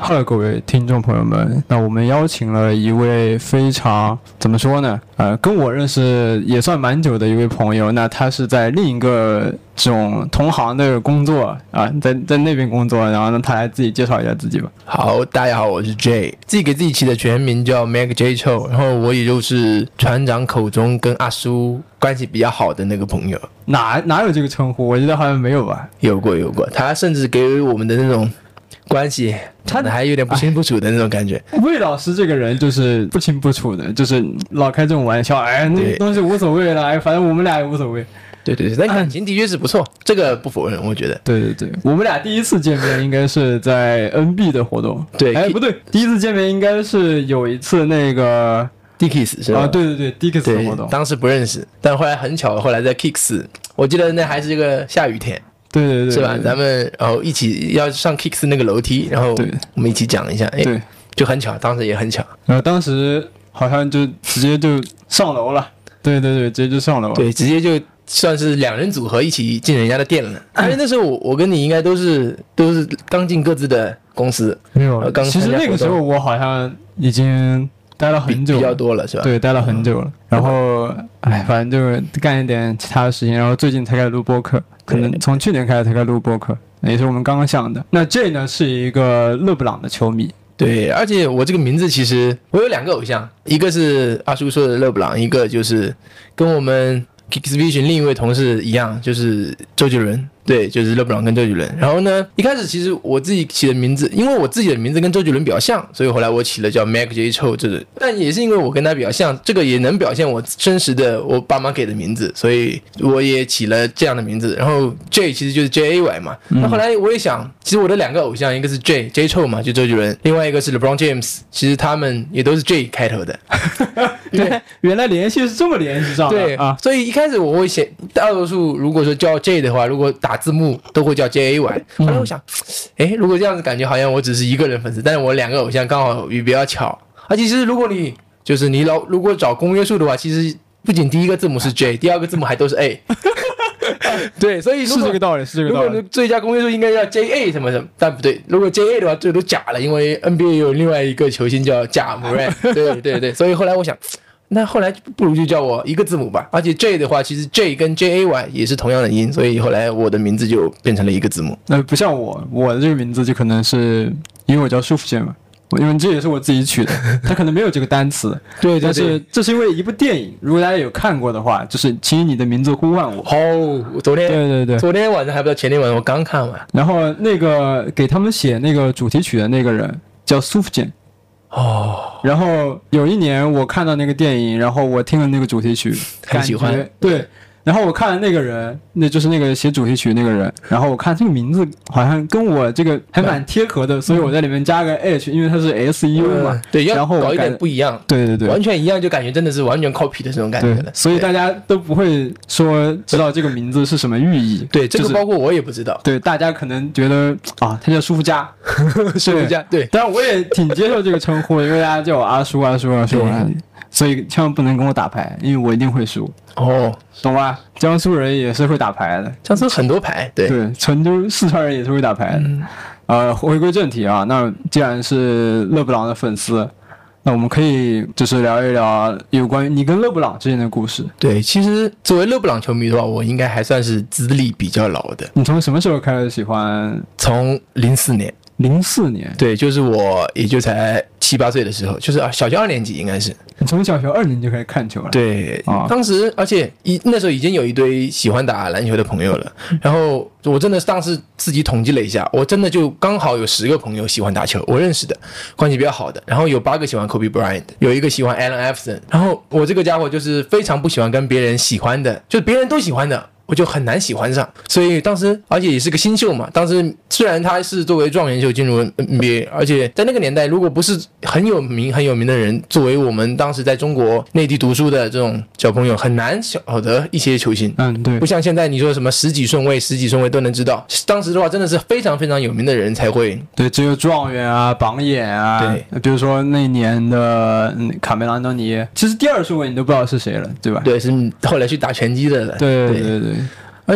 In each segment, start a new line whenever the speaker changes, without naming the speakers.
Hello， 各位听众朋友们，那我们邀请了一位非常怎么说呢？跟我认识也算蛮久的一位朋友，那他是在另一个这种同行的工作啊，在那边工作，然后呢，他来自己介绍一下自己吧。
好，大家好，我是 J， 自己给自己起的全名叫 Meg J Cho， 然后我也就是船长口中跟阿叔关系比较好的那个朋友。
哪有这个称呼？我记得好像没有吧？
有过，他甚至给予我们的那种关系，他还有点不清不楚的那种感觉。
魏老师这个人就是不清不楚的，就是老开这种玩笑，哎，那东西无所谓了，哎，反正我们俩也无所谓。
对，但感情的确是不错，这个不否认，我觉得。
对，我们俩第一次见面应该是在 NB 的活动。
对，
哎，不对，第一次见面应该是有一次那个
Dickies 是吧？
啊，对，Dickies 的活动，
当时不认识，但后来很巧，后来在 Kicks， 我记得那还是一个下雨天。
对，
是吧？咱们一起要上 Kicks 那个楼梯，然后我们一起讲一下，哎，对，就很巧，当时也很巧。
然后当时好像就直接就上楼了，对，直接就上楼了，
对，直接就算是两人组合一起进人家的店了。因为那时候我跟你应该都是刚进各自的公司，
没有。其实那个时候我好像已经待了很久了，
比较多了是吧？
对，待了很久了。然后反正就干一点其他的事情，然后最近才开始录播客。可能从去年开始才开始录播客，也是我们刚刚想的。那 J 呢是一个勒布朗的球迷，
对，而且我这个名字其实我有两个偶像，一个是阿叔说的勒布朗，一个就是跟我们 Kicks Vision 另一位同事一样，就是周杰伦。对，就是勒布朗跟周杰伦。然后呢，一开始其实我自己起的名字，因为我自己的名字跟周杰伦比较像，所以后来我起了叫 Meg J Cho 这个。但也是因为我跟他比较像，这个也能表现我真实的我爸妈给的名字，所以我也起了这样的名字。然后 J 其实就是 JAY 嘛。那后来我也想，其实我的两个偶像，一个是 J Cho 嘛，就周杰伦，另外一个是 LeBron James， 其实他们也都是 J 开头的。
原来联系是这么联系上的。
对啊，所以一开始我会写，大多数如果说叫 J 的话，如果打字幕都会叫 JAY。后来我想，如果这样子感觉好像我只是一个人粉丝，但是我两个偶像刚好也比较巧。其实如果你如果找公约数的话，其实不仅第一个字母是 J， 第二个字母还都是 A。对，所以
是这个道理，是这个道理。
如果最佳公约数应该叫 JA 什么，但不对，如果 JA 的话，这都假了，因为 NBA 有另外一个球星叫贾穆瑞。对，所以后来我想。那后来不如就叫我一个字母吧，而且 J 的话，其实 J 跟 JAY 也是同样的音，所以后来我的名字就变成了一个字母。
不像我的这个名字就可能是因为我叫舒服健嘛，因为这也是我自己取的，它可能没有这个单词。对，但是这是因为一部电影，如果大家有看过的话，就是请以你的名字呼唤我。
昨天
对，
昨天晚上还不知道前天晚上我刚看完。
然后那个给他们写那个主题曲的那个人叫舒服健。然后有一年我看到那个电影，然后我听了那个主题曲，
很喜欢。
对，然后我看了那个人，那就是那个写主题曲那个人，然后我看这个名字好像跟我这个还蛮贴合的，所以我在里面加个 H， 因为它是 SU 嘛。
对，
然后
搞一点不一样。
对，
完全一样就感觉真的是完全 copy 的这种感觉了。
所以大家都不会说知道这个名字是什么寓意。
对，这个包括我也不知道。
对，大家可能觉得他叫舒服家，
舒服家。对，
当然我也挺接受这个称呼的，因为大家叫我阿叔。所以千万不能跟我打牌，因为我一定会输。懂吧？江苏人也是会打牌的，
江苏很多牌。对，
成都、四川人也是会打牌的。回归正题啊，那既然是勒布朗的粉丝，那我们可以就是聊一聊有关于你跟勒布朗之间的故事。
对，其实作为勒布朗球迷的话，我应该还算是资历比较老的。
你从什么时候开始喜欢？
从04年。
04年，
对，就是我也就才7、8岁的时候，就是小学2年级应该是。
你从小学2年级就开始看球了？
对，当时而且那时候已经有一堆喜欢打篮球的朋友了，然后我真的当时自己统计了一下，我真的就刚好有10个朋友喜欢打球，我认识的关系比较好的，然后有8个喜欢 Kobe Bryant， 有一个喜欢 Allen Iverson， 然后我这个家伙就是非常不喜欢跟别人喜欢的，就是别人都喜欢的。我就很难喜欢上，所以当时而且也是个新秀嘛，当时虽然他是作为状元秀进入 NBA， 而且在那个年代如果不是很有名的人，作为我们当时在中国内地读书的这种小朋友，很难晓得一些球星。
对，
不像现在你说什么十几顺位都能知道，当时的话真的是非常非常有名的人才会。
对，只有状元啊、榜眼啊。
对，
比如说那年的卡梅隆安东尼，其实第2顺位你都不知道是谁了，对吧？
对，是后来去打拳击的了。
对。
而且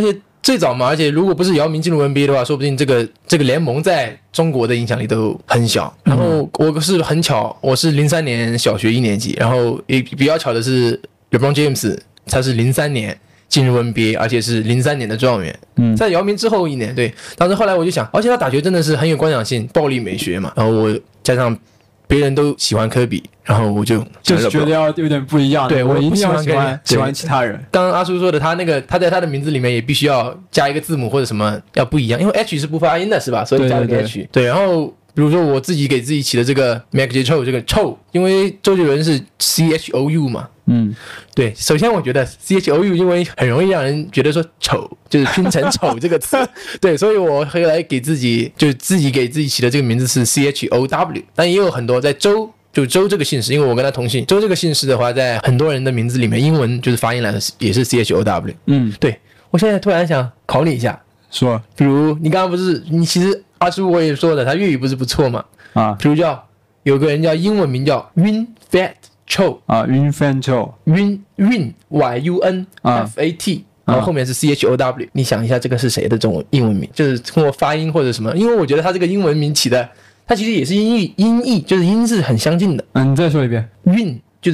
最早嘛，而且如果不是姚明进入 NBA 的话，说不定这个联盟在中国的影响力都很小。然后我是很巧，我是03年小学1年级，然后也比较巧的是 LeBron James 他是03年进入 NBA， 而且是03年的状元。在姚明之后1年，对，当时后来我就想，而且他打球真的是很有观赏性，暴力美学嘛。然后我加上别人都喜欢科比，然后我
就是觉得要有点不一样。
对，
我一定要喜欢其他人。
刚刚阿叔说的，他在他的名字里面也必须要加一个字母或者什么要不一样，因为 H 是不发音的，是吧？所以加了个 H。对，然后比如说我自己给自己起的这个 Mac J Cho 这个臭，因为周杰伦是 CHOU 嘛。对，首先我觉得 CHOU 因为很容易让人觉得说丑，就是拼成丑这个词。对，所以我后来给自己给自己起的这个名字是 CHOW， 但也有很多在周这个姓氏，因为我跟他同姓，周这个姓氏的话，在很多人的名字里面，英文就是发音来的也是 CHOW。对，我现在突然想考你一下，
说，
比如你刚刚不是你其实阿叔我也说了，他粤语不是不错嘛？比如有个人叫英文名叫 Win Fat Cho
Win Fat Cho，Win
YUN FAT。然后后面是 CHOW， 你想一下这个是谁的这种英文名？就是通过发音或者什么，因为我觉得他这个英文名起的，它其实也是音译，就是音是很相近的。
你再说一遍。
Win 就是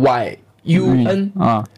YUN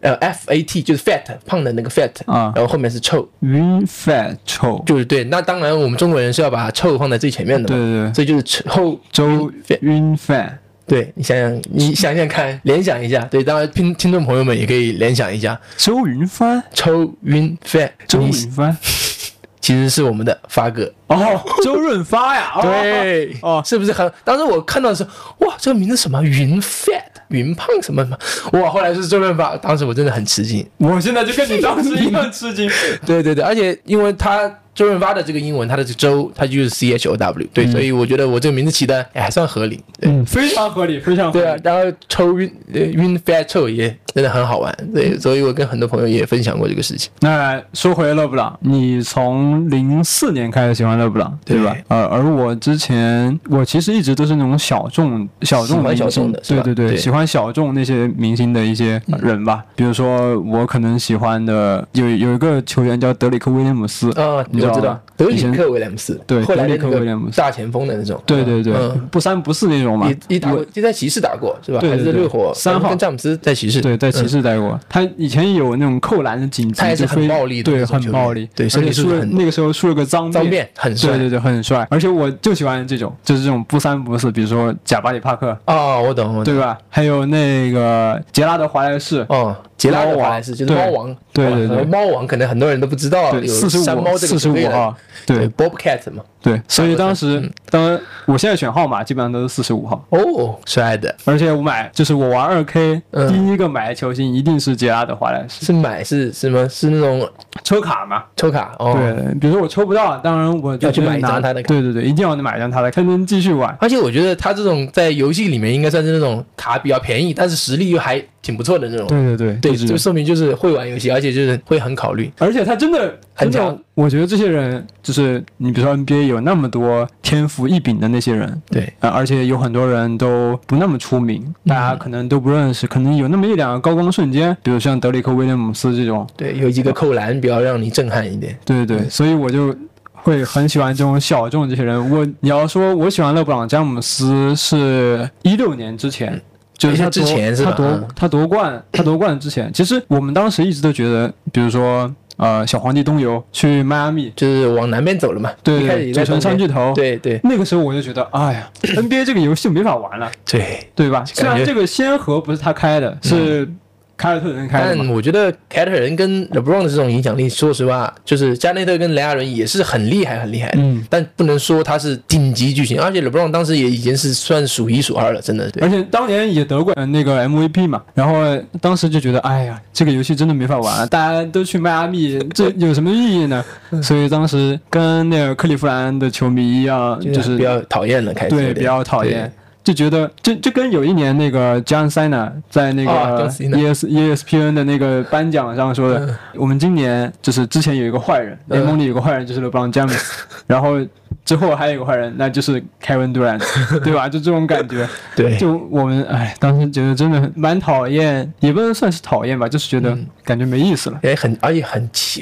FAT 就是 fat 胖的那个 fat 然后后面是臭
Win Fat Cho，
就是对。那当然我们中国人是要把臭放在最前面的嘛，
对，
所以就是
周 Win Fat。
对，你想想看，联想一下。对，当然听众朋友们也可以联想一下。
周云帆，
周云帆，其实是我们的发哥
周润发呀。
对，是不是很？当时我看到的时候，哇，这个名字什么云 fat 云胖什么，哇，后来是周润发，当时我真的很吃惊。
我现在就跟你当时一样吃惊。
对，而且因为他周润发的这个英文，他的这个周，他就是 CHOW， 对，所以我觉得我这个名字起的还算合理，
非常合理，非常合理。
对啊，然后抽晕 fat 抽也真的很好玩，对，所以我跟很多朋友也分享过这个事情。
那说回勒布朗，你从04年开始喜欢勒布朗，对吧？而我之前我其实一直都是那种小众明星的，对，喜欢小众那些明星的一些人吧。比如说我可能喜欢的有一个球员叫德里克威廉姆斯
我知道德里克威廉姆斯，
对，
后来的那个大前锋的那种，
对，不三不四那种嘛。
也打过，就在骑士打过，是吧？还是热火
3号
跟詹姆斯在骑士，
对，在骑士待过。他以前有那种扣篮的紧急，
他也是很暴力的，
对，很暴力，
对，
而且那个时候梳了个脏
辫，很帅，
对，很帅。而且我就喜欢这种，就是这种不三不四，比如说贾巴里帕克，
我懂，
对吧？还有那个杰拉德华莱士，
杰拉德华莱士就是猫王，
对，
猫王可能很多人都不知道，有山猫这个
45号，对
，Bobcat 嘛，
对，所以当然我现在选号码基本上都是45号，
帅的。
而且我玩2K，第一个买的球星一定是杰拉德华莱士，
是什么？是那种
抽卡嘛？
抽卡，
对，比如说我抽不到，当然我就
要去买一张他的卡，
对，一定要买一张他的，才能继续玩。
而且我觉得他这种在游戏里面应该算是那种卡比较便宜，但是实力又还挺不错的那种。对，这说明就是会玩游戏，而且就是会很考虑，
而且他真的很强。我觉得这些人就是你比如说 NBA 有那么多天赋异禀的那些人，
对，
而且有很多人都不那么出名，大家可能都不认识，可能有那么1-2个高光瞬间，比如像德里克威廉姆斯这种，
对，有几个扣篮比较让你震撼一点。
对，所以我就会很喜欢这种小众这些人。你要说我喜欢勒布朗詹姆斯是16年之前。就是他
之前是吧？
他夺冠之前，其实我们当时一直都觉得，比如说小皇帝东游去迈阿密，
就是往南边走了嘛。
对，组成三巨头。
对，
那个时候我就觉得，哎呀，NBA 这个游戏没法玩了。对吧？虽然这个先河不是他开的，是凯尔特人开的，
但我觉得凯尔特人跟 LeBron 的这种影响力，说实话，就是加内特跟雷阿伦也是很厉害的，但不能说他是顶级巨星，而且 LeBron 当时也已经是算数1数2了，真的。对，
而且当年也得过那个 MVP 嘛，然后当时就觉得，哎呀，这个游戏真的没法玩了，大家都去迈阿密，这有什么意义呢？所以当时跟那个克利夫兰的球迷一样，就是
比较讨厌了，开始
对，比较讨厌。就觉得就跟有一年那个 John Cena 在那个 ESPN 的那个颁奖上说的，我们今年就是之前有一个坏人，联盟里有个坏人就是 LeBron James，然后之后还有一个坏人，那就是 Kevin Durant， 对吧？就这种感觉。
对，
就我们当时觉得真的蛮讨厌，也不能算是讨厌吧，就是觉得感觉没意思了，
而且很奇怪。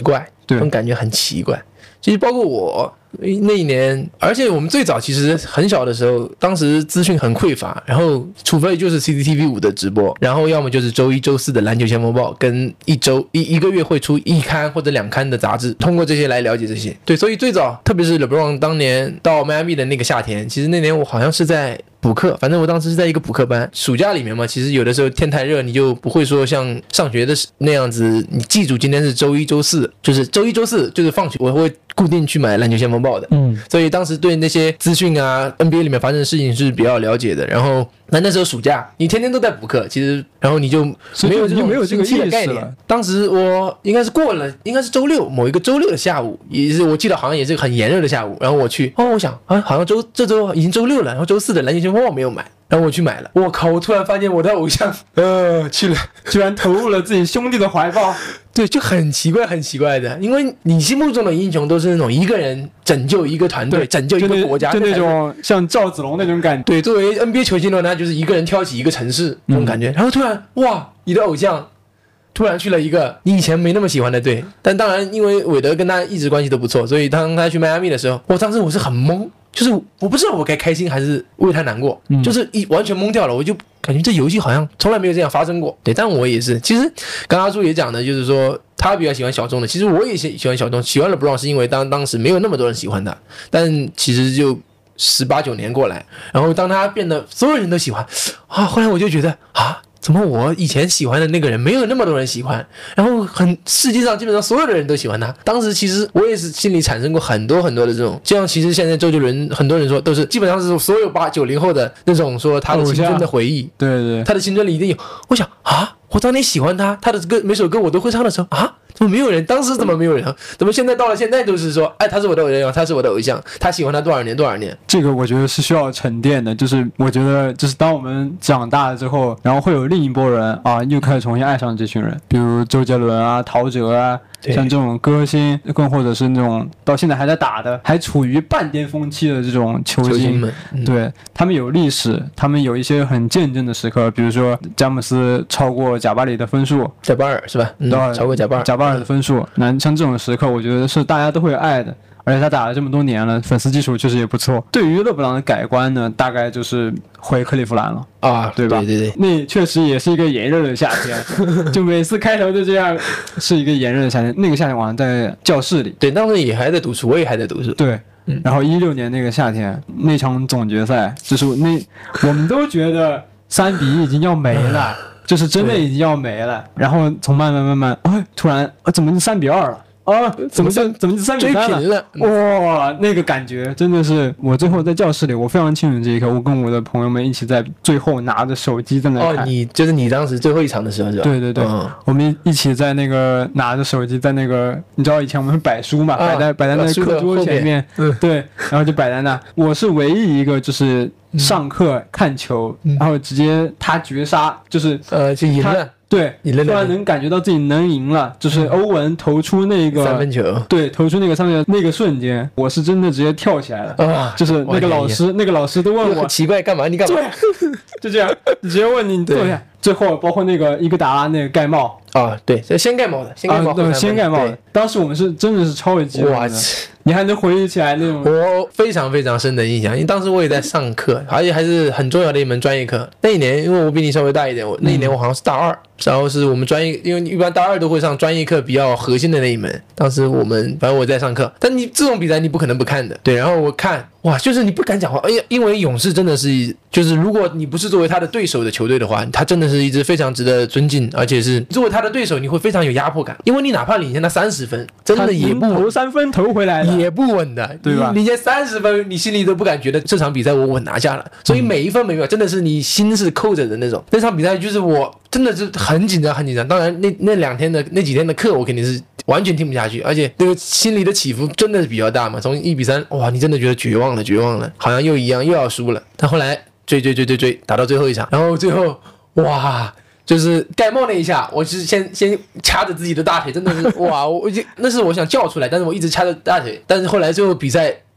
对
这种感觉很奇怪。其实包括我那一年，而且我们最早其实很小的时候，当时资讯很匮乏，然后除非就是 CCTV5 的直播，然后要么就是周一周四的篮球先锋报，跟一个月会出1刊或者2刊的杂志，通过这些来了解这些。对，所以最早特别是 LeBron 当年到迈阿密的那个夏天，其实那年我好像是在补课，反正我当时是在一个补课班，暑假里面嘛，其实有的时候天太热，你就不会说像上学的那样子，你记住今天是周一周四，就是周一周四就是放学，我会固定去买篮球先锋报的，所以当时对那些资讯啊 NBA 里面发生的事情是比较了解的。然后那时候暑假你天天都在补课，其实然后你就没有这个意识了。当时我应该是过了，应该是周六某一个周六的下午，也是我记得好像也是很炎热的下午，然后我去我想好像这周已经周六了，然后周四的篮球先锋报没有买。然后我去买了，我靠！我突然发现我的偶像，去了，
居然投入了自己兄弟的怀抱。
对，就很奇怪，很奇怪的，因为你心目中的英雄都是那种一个人拯救一个团队，拯救一个国家，
就那种像赵子龙那种感觉。
对，作为 NBA 球星的他就是一个人挑起一个城市那种感觉。然后突然，哇，你的偶像突然去了一个你以前没那么喜欢的队，但当然，因为韦德跟他一直关系都不错，所以当他去迈阿密的时候，当时我是很懵。就是我不知道我该开心还是为他难过，就是完全懵掉了，我就感觉这游戏好像从来没有这样发生过。对，但我也是，其实刚刚阿朱也讲的，就是说他比较喜欢小众的，其实我也喜欢小众，喜欢 LeBron 是因为当时没有那么多人喜欢他，但其实就18、19年过来，然后当他变得所有人都喜欢后来我就觉得怎么我以前喜欢的那个人没有那么多人喜欢，然后世界上基本上所有的人都喜欢他。当时其实我也是心里产生过很多很多的这种，就像其实现在周杰伦很多人说都是基本上是所有8、90后的那种说他的青春的回忆，
对，他
的青春里一定有。我想我当年喜欢他的歌每首歌我都会唱的时候怎么没有人？当时怎么没有人？怎么现在到了现在都是说他是我的偶像，他是我的偶像，他喜欢他多少年多少年？
这个我觉得是需要沉淀的，就是我觉得就是当我们长大了之后，然后会有另一波人又开始重新爱上这群人，比如周杰伦陶喆像这种歌星，更或者是那种到现在还在打的，还处于半巅峰期的这种球星
们，
对，他们有历史，他们有一些很见证的时刻，比如说詹姆斯超过贾巴里的分数，
贾巴尔是吧？超过贾巴尔
的分数，那像这种时刻，我觉得是大家都会爱的。而且他打了这么多年了，粉丝基础确实也不错。对于勒布朗的改观呢，大概就是回克利夫兰了对吧？
对，
那确实也是一个炎热的夏天，就每次开头就这样，是一个炎热的夏天。那个夏天我好像在教室里，
对，当时也还在读书，我也还在读书，
对。然后16年那个夏天那场总决赛，就是我们都觉得3比1已经要没了，就是真的已经要没了。然后从慢慢，突然怎么3比2了？怎么3比3了？哇，那个感觉真的是，我最后在教室里，我非常清楚这一刻，我跟我的朋友们一起在最后拿着手机在那看。
你当时最后一场的时候是吧？
对，我们一起在那个拿着手机在那个，你知道以前我们是摆书嘛，摆在那个课桌前面，对，然后就摆在那。我是唯一一个就是上课看球，然后直接他绝杀，就是
就赢了。
对，突然能感觉到自己能赢了，就是欧文投出那个
3分球，
对，投出那个3分球那个瞬间，我是真的直接跳起来了，就是那个老师都问我
奇怪干嘛？你干嘛？
就这样，直接问你坐下。最后包括那个伊戈达拉那个盖帽
对，先盖帽的，
先盖帽的。当时我们是真的是超级激动的，你还能回忆起来那种？
我非常非常深的印象，因为当时我也在上课，而且还是很重要的一门专业课。那一年，因为我比你稍微大一点，那一年我好像是大2，然后是我们专业，因为一般大2都会上专业课比较核心的那一门。当时反正我在上课，但你这种比赛你不可能不看的，对。然后我看，哇，就是你不敢讲话，因为勇士真的是，就是如果你不是作为他的对手的球队的话，他真的是一支非常值得尊敬，而且是作为他的对手，你会非常有压迫感，因为你哪怕领先他30分，真的也不
投3分投回来
也不稳的，对吧？领先30分，你心里都不敢觉得这场比赛我稳拿下了，所以每一分每秒真的是你心是扣着的那种。那场比赛就是我真的是很紧张很紧张，当然那几天的课我肯定是完全听不下去，而且那个心里的起伏真的是比较大嘛。从1比3，哇，你真的觉得绝望了，好像又要输了。但后来追，打到最后一场，然后最后哇，就是盖帽那一下，我是先掐着自己的大腿，真的是哇，那是我想叫出来，但是我一直掐着大腿。但是后来最后比赛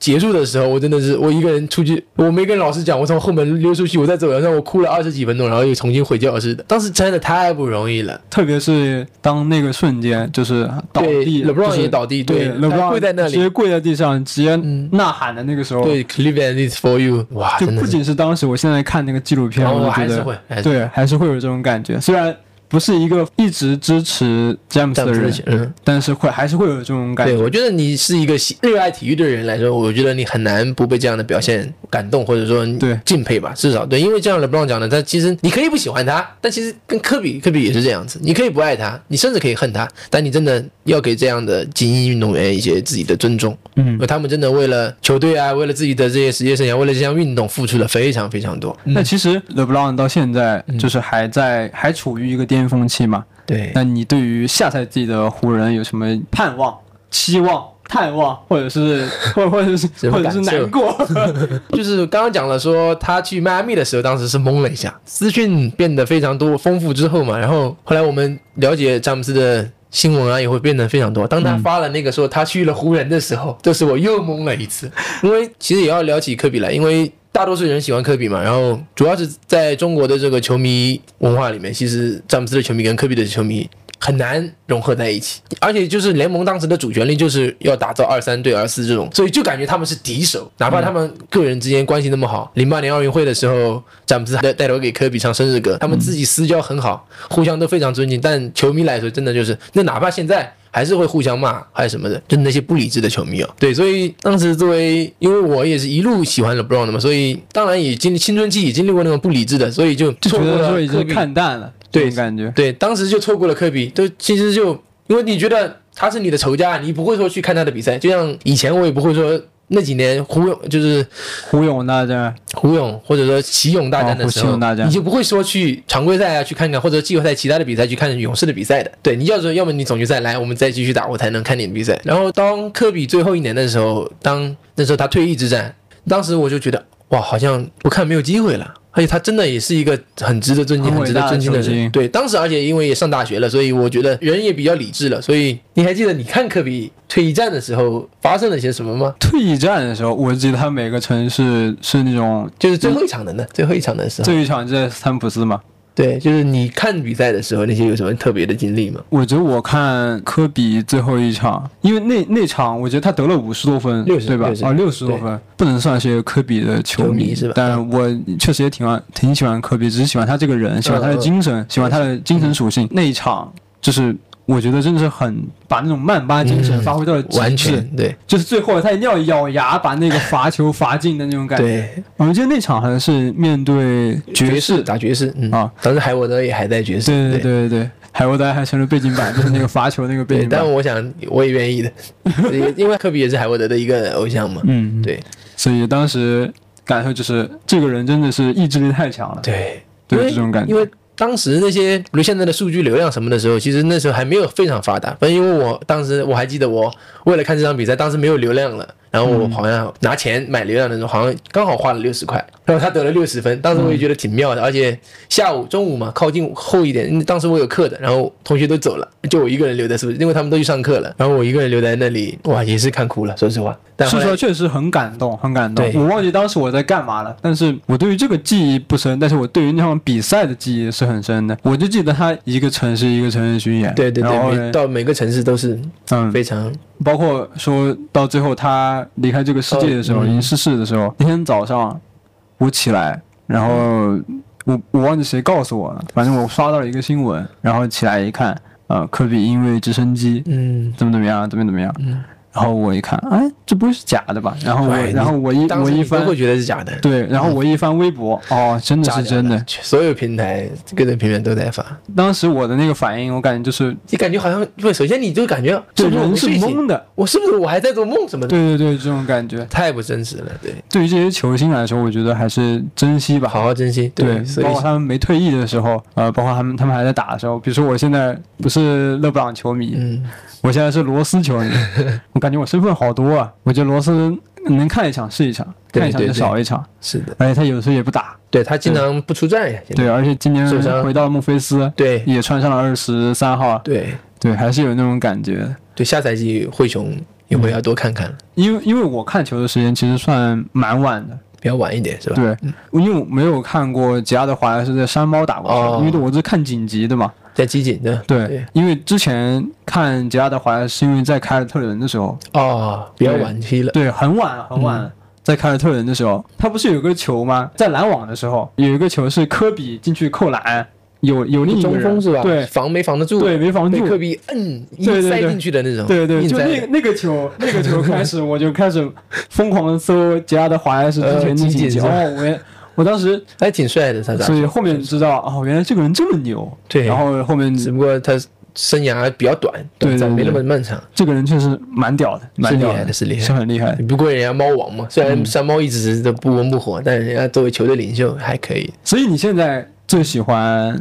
结束的时候，我真的是我一个人出去，我没跟老师讲，我从后门溜出去，我在走廊上我哭了20几分钟，然后又重新回教室的。当时真的太不容易了，
特别是当那个瞬间就是倒地
，LeBron 也倒地，对，LeBron 跪在那里，
直接跪在地上，直接呐喊的那个时候，
对 ，Cleveland is for you， 哇，
就不仅是当时，我现在看那个纪录片，我觉得对，还是会有这种感觉，虽然。不是一个一直支持詹姆斯的人，但是还是会有这种感觉。
对，我觉得你是一个热爱体育的人来说，我觉得你很难不被这样的表现感动，或者说敬佩吧。至少对，因为这样 LeBron 讲的，他其实你可以不喜欢他，但其实跟科比也是这样子，你可以不爱他，你甚至可以恨他，但你真的要给这样的精英运动员一些自己的尊重。他们真的为了球队啊，为了自己的这些职业生涯，为了这项运动付出了非常非常多。
那其实 LeBron 到现在就是还处于一个巅峰期嘛。
对。
那你对于下赛季的湖人有什么盼望、期望、探望，或者是难过？
就是刚刚讲了说他去迈阿密的时候，当时是懵了一下，资讯变得非常多丰富之后嘛，然后后来我们了解詹姆斯的新闻啊也会变得非常多。当他发了那个说他去了湖人的时候，这是我又懵了一次。因为其实也要聊起科比来，因为大多数人喜欢科比嘛，然后主要是在中国的这个球迷文化里面，其实詹姆斯的球迷跟科比的球迷很难融合在一起，而且就是联盟当时的主旋律就是要打造23对24这种，所以就感觉他们是敌手，哪怕他们个人之间关系那么好。08年奥运会的时候，詹姆斯带头给科比唱生日歌，他们自己私交很好，互相都非常尊敬，但球迷来说真的就是那哪怕现在还是会互相骂还是什么的，就是那些不理智的球迷哦。对，所以当时作为，因为我也是一路喜欢 LeBron 的嘛，所以当然也经历青春期，也经历过那种不理智的，所以就错过了
觉得说已经看淡了，
对
感觉。
对，当时就错过了科比，都其实就因为你觉得他是你的仇家，你不会说去看他的比赛，就像以前我也不会说。那几年就是
胡勇大战，
胡勇或者说奇勇大战的时候，你就不会说去常规赛啊去看看，或者季后赛其他的比赛去看勇士的比赛的。对，你要么你总决赛来，我们再继续打，我才能看你的比赛。然后当科比最后一年的时候，那时候他退役之战，当时我就觉得哇，好像不看没有机会了。而且他真的也是一个很值得尊敬、很值得尊敬的人。对，当时而且因为也上大学了，所以我觉得人也比较理智了。所以你还记得你看科比退役战的时候发生了些什么吗？
退役战的时候，我记得他每个城市是那种，
就是最后一场的时候，
最后一场就在斯坦普斯嘛。
对，就是你看比赛的时候，那些有什么特别的经历吗？
我觉得我看科比最后一场，因为那场我觉得他得了50多分，对吧？60多分，不能算是科比的球迷是吧？但我确实也挺喜欢科比，只是喜欢他这个人，喜欢他的精神，喜欢他的精神属性。那一场就是我觉得真的是很把那种曼巴精神发挥到了极致，
完全对，
就是最后他一定要咬牙把那个罚球罚进的那种感觉。
对，
我们记得那场好像是面对爵士
打爵士当时海沃德也还在爵士，
对，海沃德还成了背景板，就是那个罚球那个背景板。
但我想我也愿意的，因为科比也是海沃德的一个偶像嘛。对，
所以当时感受就是这个人真的是意志力太强了。
对，
这种感觉。
因为当时那些比如现在的数据流量什么的时候，其实那时候还没有非常发达。反正因为当时我还记得，我为了看这场比赛，当时没有流量了，然后我好像拿钱买流量的时候，好像刚好花了60块，然后他得了60分，当时我也觉得挺妙的。而且中午嘛，靠近后一点，因为当时我有课的，然后同学都走了，就我一个人留在宿舍，因为他们都去上课了，然后我一个人留在那里，哇，也是看哭了，说实话。但
是说确实很感动，很感动。我忘记当时我在干嘛了，但是我对于这个记忆不深，但是我对于那场比赛的记忆是很深的。我就记得他一个城市巡演，
对，到每个城市都是非常，
包括说到最后他离开这个世界的时候，已经逝世的时候，那天早上我起来，然后我忘记谁告诉我了，反正我刷到了一个新闻，然后起来一看，科比因为直升机，怎么样，然后我一看，哎，这不会是假的吧？然后我一翻，
都会觉得是假的。
对，然后我一翻微博，真的是真的，
所有平台、各种平台都在发。
当时我的那个反应，我感觉就是，
你感觉好像，不，首先你就感觉
这人是懵的，
我是不是我还在做梦什么的？
对，这种感觉
太不真实了。对，
对于这些球星来说，我觉得还是珍惜吧，
好好珍惜。对，
包括他们没退役的时候，包括他们还在打的时候，比如说我现在不是勒布朗球迷，我现在是罗斯球迷，我感觉我身份好多啊。我觉得罗斯能看一场是一场，看一场就少一场。
是的，
而且他有时候也不打，
对，他经常不出战呀。
对，而且今年回到了孟菲斯，
对，
也穿上了23号。
对，
还是有那种感觉。
对，下赛季灰熊一会要多看看了。
因为我看球的时间其实算蛮晚的。
比较晚一点是吧？
对，因为我没有看过吉拉德华莱士在山猫打过球，因为我是看紧急的嘛，
在集锦的。
对，因为之前看吉拉德华莱士是因为在凯尔特人的时候，
比较晚期了。
对，很晚。在凯尔特人的时候，他不是有个球吗？在拦网的时候，有一个球是科比进去扣篮。有另一个人
中锋是吧？
对，
没防得住，
对，没防住，
被科比塞进去的那种。
对，就那个球开始，我就开始疯狂的搜吉拉德华莱士之前的集锦。我当时
还挺帅的，他
所以后面知道原来这个人这么牛。对，然后后面
只不过他生涯比较短，对，没那么漫长。
这个人确实蛮屌的，蛮厉害的，
是厉害，
是很厉害。
不过人家猫王嘛，虽然山猫一直都不温不火，但人家作为球队领袖还可以。
所以你现在最喜欢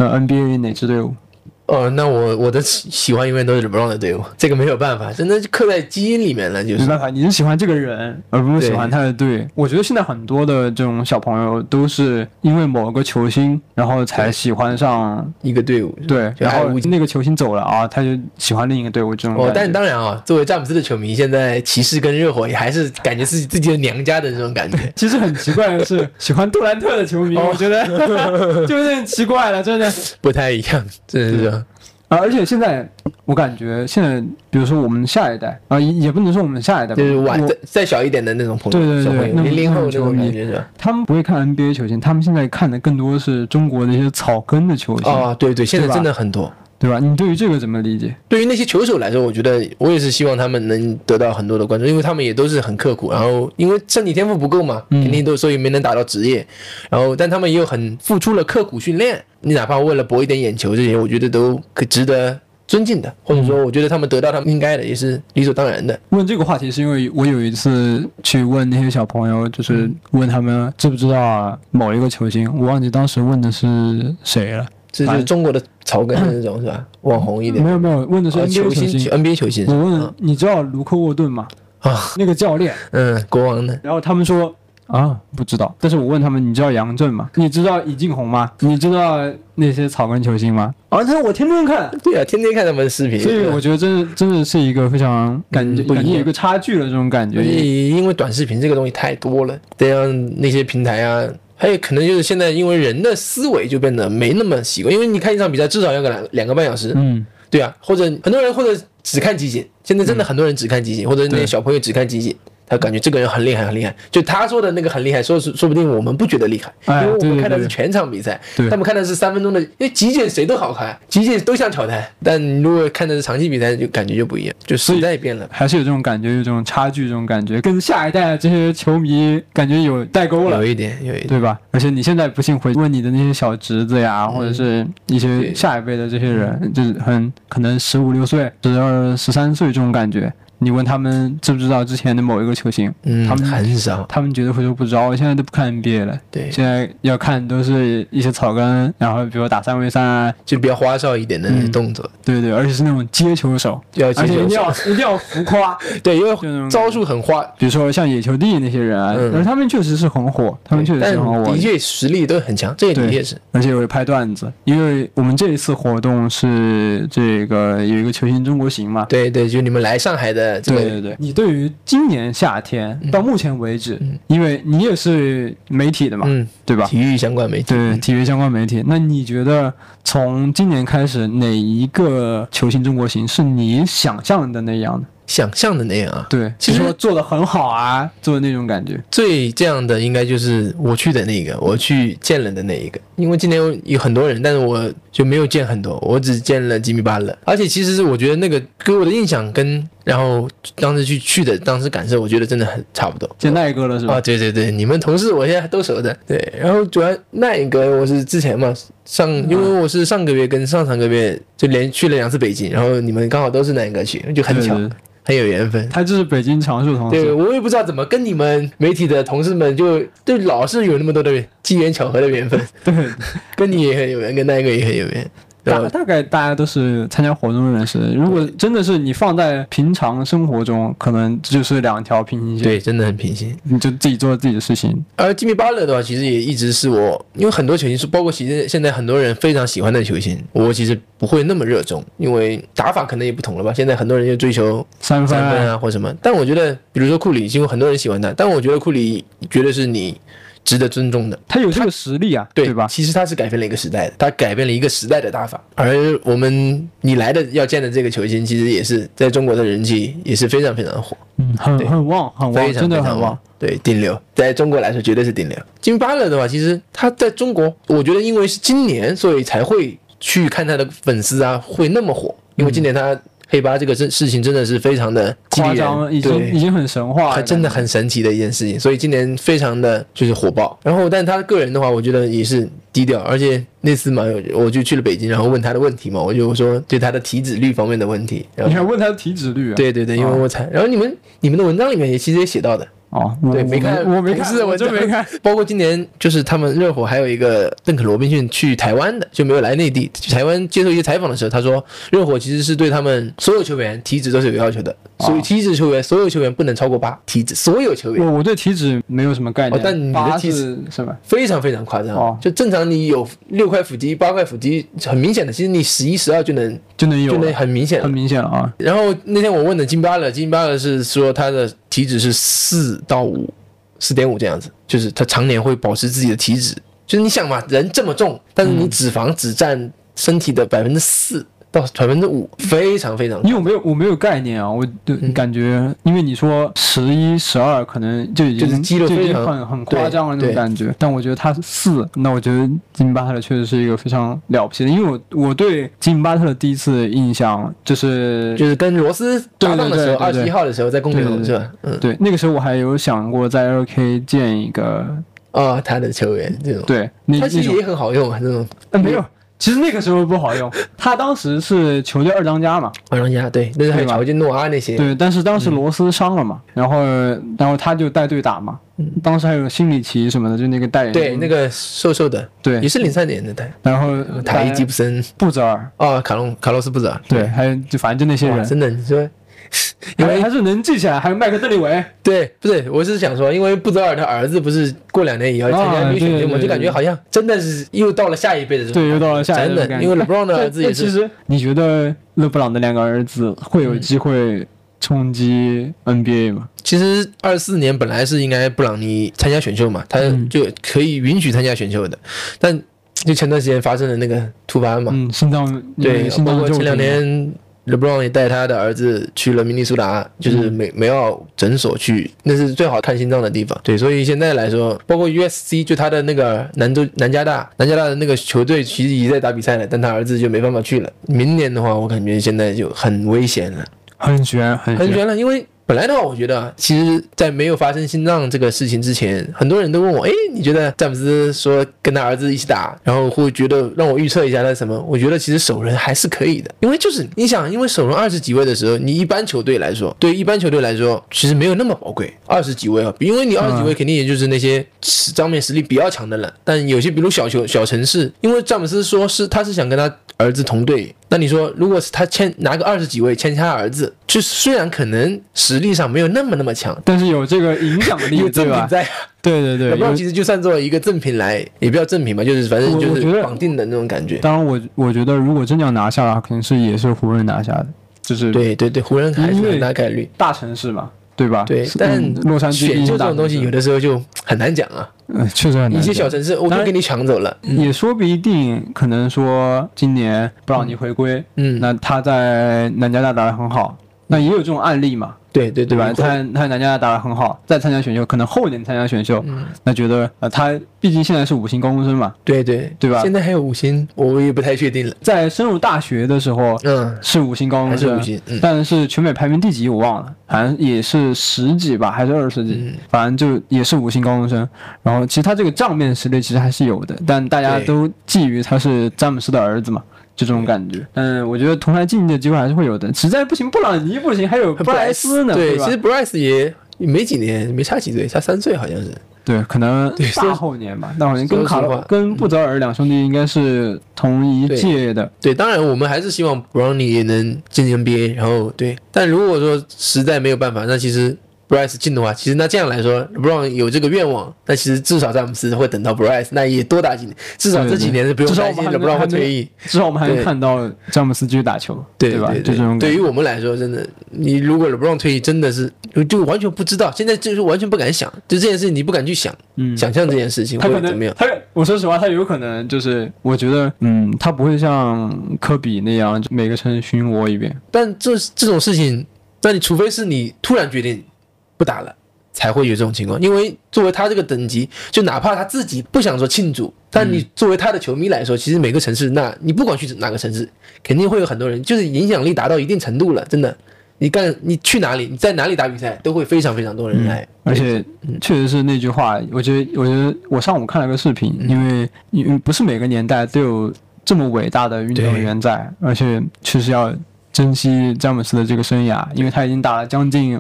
NBA 哪支队伍？
那我的喜欢永远都是 LeBron 的队伍，这个没有办法，真的刻在基因里面了，就是
没办法。你是喜欢这个人，而不是喜欢他的队。我觉得现在很多的这种小朋友都是因为某个球星，然后才喜欢上
一个队伍。
对，然后那个球星走了他就喜欢另一个队伍这种感觉。
但当然作为詹姆斯的球迷，现在骑士跟热火也还是感觉是自己的娘家的这种感觉。
其实很奇怪的是，喜欢杜兰特的球迷，我觉得就有点奇怪了，真的
不太一样，真的是这样。
而且现在我感觉现在，比如说我们下一代也不能说我们下一代，
就是再小一点的那种朋友，
对
00后那种感觉是吧？
他们不会看 NBA 球星，他们现在看的更多是中国的一些草根的球星。
对，现在真的很多。
对吧？你对于这个怎么理解？
对于那些球手来说，我觉得我也是希望他们能得到很多的关注，因为他们也都是很刻苦，然后因为身体天赋不够嘛，肯定所以没能打到职业，然后但他们也有很付出了刻苦训练，你哪怕为了博一点眼球这些，我觉得都可值得尊敬的，或者说我觉得他们得到他们应该的也是理所当然的。
问这个话题是因为我有一次去问那些小朋友，就是问他们知不知道某一个球星，我忘记当时问的是谁了。
这就是中国的草根的那种是吧？网红一点。
没有，问的是 NBA 球星。
NBA 球星。
我问你知道卢克沃顿吗？那个教练。
国王的。
然后他们说不知道。但是我问他们，你知道杨震吗？你知道尹敬宏吗？你知道那些草根球星吗？他说我天天看。
对啊，天天看他们的视频。
所以我觉得真的是一个非常感觉有一个差距的这种感觉。
因为短视频这个东西太多了，这样那些平台还有可能就是现在因为人的思维就变得没那么习惯，因为你看一场比赛至少要个2个半小时，对啊，或者很多人或者只看集锦，现在真的很多人只看集锦，或者那些小朋友只看集锦，他感觉这个人很厉害很厉害，就他说的那个很厉害，说不定我们不觉得厉害，因为我们看的是全场比赛，他们看的是3分钟的，因为集锦谁都好看，集锦都像挑台，但如果看的是长期比赛，就感觉就不一样，就时代变了，
还是有这种感觉，有这种差距，这种感觉跟下一代这些球迷感觉有代沟了，
有一点，
对吧？而且你现在不信回问你的那些小侄子呀，或者是一些下一辈的这些人，就是很可能15、16岁、12、13岁这种感觉。你问他们知不知道之前的某一个球星，他们
很少，
他们绝对会说不知道。现在都不看 NBA 了，
对，
现在要看都是一些草根，然后比如打3v3
就比较花哨一点的那些动作，
对，而且是那种接球手，而且一定要浮夸，
对，因为招数很花，
比如说像野球帝那些人而他们确实是很火，他们确实是很火，
的确实力都很强，这也的确是，
而且有拍段子，因为我们这一次活动是这个有一个球星中国行嘛，
对，就你们来上海的。
对，你对于今年夏天到目前为止，因为你也是媒体的嘛，对吧？
体育相关媒体，
对，体育相关媒体。那你觉得从今年开始，哪一个球星中国行是你想象的那样的？
想象的那样啊？
对，其实做的很好啊，做的那种感觉。
最这样的应该就是我去的那个，我去见了的那一个。因为今年有很多人，但是我就没有见很多，我只见了吉米巴勒。而且其实是我觉得那个给我的印象跟然后当时去的当时感受，我觉得真的很差不多。
见那一个了是吧？
对，你们同事我现在都熟的。对，然后主要那一个我是之前嘛因为我是上个月跟上个月就连去了2次北京，然后你们刚好都是那一个去，就很巧。对，很有缘分，
他就是北京常驻同事。
对，我也不知道怎么跟你们媒体的同事们就老是有那么多的机缘巧合的缘分。
对，
跟你也很有缘，跟那个也很有缘。
大概大家都是参加活动认识的。如果真的是你放在平常生活中，可能就是两条平行线。
对，真的很平行，
你就自己做自己的事情。
而吉米巴勒的话，其实也一直是我，因为很多球星，包括其实现在很多人非常喜欢的球星，我其实不会那么热衷，因为打法可能也不同了吧。现在很多人就追求
三分
啊或什么，但我觉得，比如说库里，因为很多人喜欢他，但我觉得库里绝对是你值得尊重的，
他有这个实力啊，对吧？
其实他是改变了一个时代的，他改变了一个时代的打法。而我们你来的要见的这个球星，其实也是在中国的人气也是非常非常的火，
很旺，真的很旺。
对，顶流，在中国来说绝对是顶流。吉米巴勒的话，其实他在中国，我觉得因为是今年，所以才会去看他的粉丝啊会那么火，因为今年他黑八这个事情真的是非常的
夸张，已经很神话了，
真的很神奇的一件事情，所以今年非常的就是火爆。然后，但他个人的话，我觉得也是低调，而且那次嘛，我就去了北京，然后问他的问题嘛，我就说对他的体脂率方面的问题。
你还问他的体脂率啊？
对，因为我猜。然后你们的文章里面也其实也写到的。对，没看，
我没看，我真没看。
包括今年就是他们热火还有一个邓肯罗宾逊去台湾的，就没有来内地。去台湾接受一些采访的时候，他说热火其实是对他们所有球员体脂都是有要求的，所以体脂球员所有球员不能超过8体脂，所有球员。
我对体脂没有什么概念，
但你的体脂
是吧？
非常非常夸张。就正常你有6块腹肌、8块腹肌，很明显的，其实你11、12就能有，就能很明显
了啊。
然后那天我问的金巴勒是说他的体脂是4到5.5这样子，就是他常年会保持自己的体脂。就是你想嘛，人这么重，但是你脂肪只占身体的4%到5%，非常非常。
因为我没有概念啊，我感觉，因为你说11、12可能就已经
肌肉非常
很夸张的那种感觉，但我觉得他是4，那我觉得吉米巴特勒确实是一个非常了不起的，因为我对吉米巴特勒第一次印象就是
跟罗斯搭档的时候，21号的时候在公牛是吧？
对，那个时候我还有想过在 LK 建一个
他的球员这种，
对，
他其实也很好用啊，这种
没有。其实那个时候不好用，他当时是球队2当家嘛
，2当家对，那是还有乔金诺阿那些，
对，但是当时罗斯伤了嘛，然后他就带队打嘛，当时还有辛里奇什么的，就那个代言，
对，那个瘦瘦的，
对，
也是03年的代，
然后
塔伊吉布森、
布泽尔，
卡洛斯布泽尔，
对，还有就反正就那些人，
真的你说。
因为还是能记起来，还有麦克邓利维。
对，不是，我是想说，因为布泽尔的儿子不是过2年以后参加女选秀嘛，就感觉好像真的是又到了下一辈的这种。
对，又到了下一辈的
真的，因为勒布朗的儿子也是。
其实你觉得勒布朗的2个儿子会有机会冲击 NBA 吗？
其实24年本来是应该布朗尼参加选秀嘛，他就可以允许参加选秀的，但就前段时间发生的那个突发嘛，
心脏
对，包括前2年。勒布朗也带他的儿子去了明尼苏达，就是梅奥诊所去，那是最好看心脏的地方。对，所以现在来说，包括 USC 就他的那个南加大的那个球队，其实也在打比赛了，但他儿子就没办法去了。明年的话，我感觉现在就很危险了，
很悬
了，因为。本来的话，我觉得其实，在没有发生心脏这个事情之前，很多人都问我，你觉得詹姆斯说跟他儿子一起打，然后会觉得让我预测一下他什么？我觉得其实首轮还是可以的，因为就是你想，因为首轮20几位的时候，你一般球队来说，对一般球队来说，其实没有那么宝贵，20几位啊，因为你20几位肯定也就是那些账面实力比较强的人，但有些比如小城市，因为詹姆斯说他是想跟他儿子同队。那你说，如果是他拿个20几位签他儿子，就虽然可能实力上没有那么强，
但是有这个影响力，
有赠品在。
对，
勒布朗其实就算做一个赠品来，也不叫赠品吧，就是反正就是绑定的那种感觉。
当然我觉得如果真要拿下的话，肯定也是湖人拿下的，就是
对，湖人还是很大概率，
大城市嘛。对吧？
对，但
洛杉矶
选秀这种东西有的时候就很难讲啊。
确实很难讲。
一些小城市我都给你抢走了，
也说不一定。可能说今年布朗尼回归，那他在南加大打得很好，那也有这种案例嘛。
对
吧？他南加大打得很好，再参加选秀，可能后年参加选秀，那觉得他毕竟现在是5星高中生嘛，
对
吧？
现在还有5星，我也不太确定了。
在升入大学的时候，是5星高中生，
还是5星，
但是全美排名第几我忘了，好像也是10几吧，还是20几，反正就也是5星高中生。然后其实他这个账面实力其实还是有的，但大家都觊觎他是詹姆斯的儿子嘛。就这种感觉，我觉得同台竞技的机会还是会有的。实在不行，布朗尼不行，还有布莱斯呢。
对，其实布莱斯也没几年，没差几岁，差3岁好像是。
对，可能
对
大后年吧，大后年跟
说实话
跟布泽尔两兄弟应该是同一届的。
对，当然我们还是希望 Brownie 也能进 NBA， 然后对，但如果说实在没有办法，那其实 Bryce 进的话，其实那这样来说 ，LeBron 有这个愿望，那其实至少詹姆斯会等到 Bryce， 那也多打几年，至少这几年是不用担心 LeBron 会退役，
至少我们还能看到詹姆斯继续打球，
对
吧？
对
就这种感觉。
对于我们来说，真的，你如果 LeBron 退役，真的是就完全不知道，现在就是完全不敢想，就这件事情你不敢去想，想象这件事情
他可能
会怎么样？
我说实话，他有可能就是，我觉得，他不会像科比那样每个城市巡逻一遍。
但这种事情，那你除非是你突然决定不打了。才会有这种情况，因为作为他这个等级，就哪怕他自己不想说庆祝，但你作为他的球迷来说，其实每个城市，那你不管去哪个城市，肯定会有很多人，就是影响力达到一定程度了，真的，你去哪里，你在哪里打比赛，都会非常非常多人来。
而且确实是那句话，我觉得我上午看了个视频，因为不是每个年代都有这么伟大的运动员在，而且确实要珍惜詹姆斯的这个生涯，因为他已经打了将近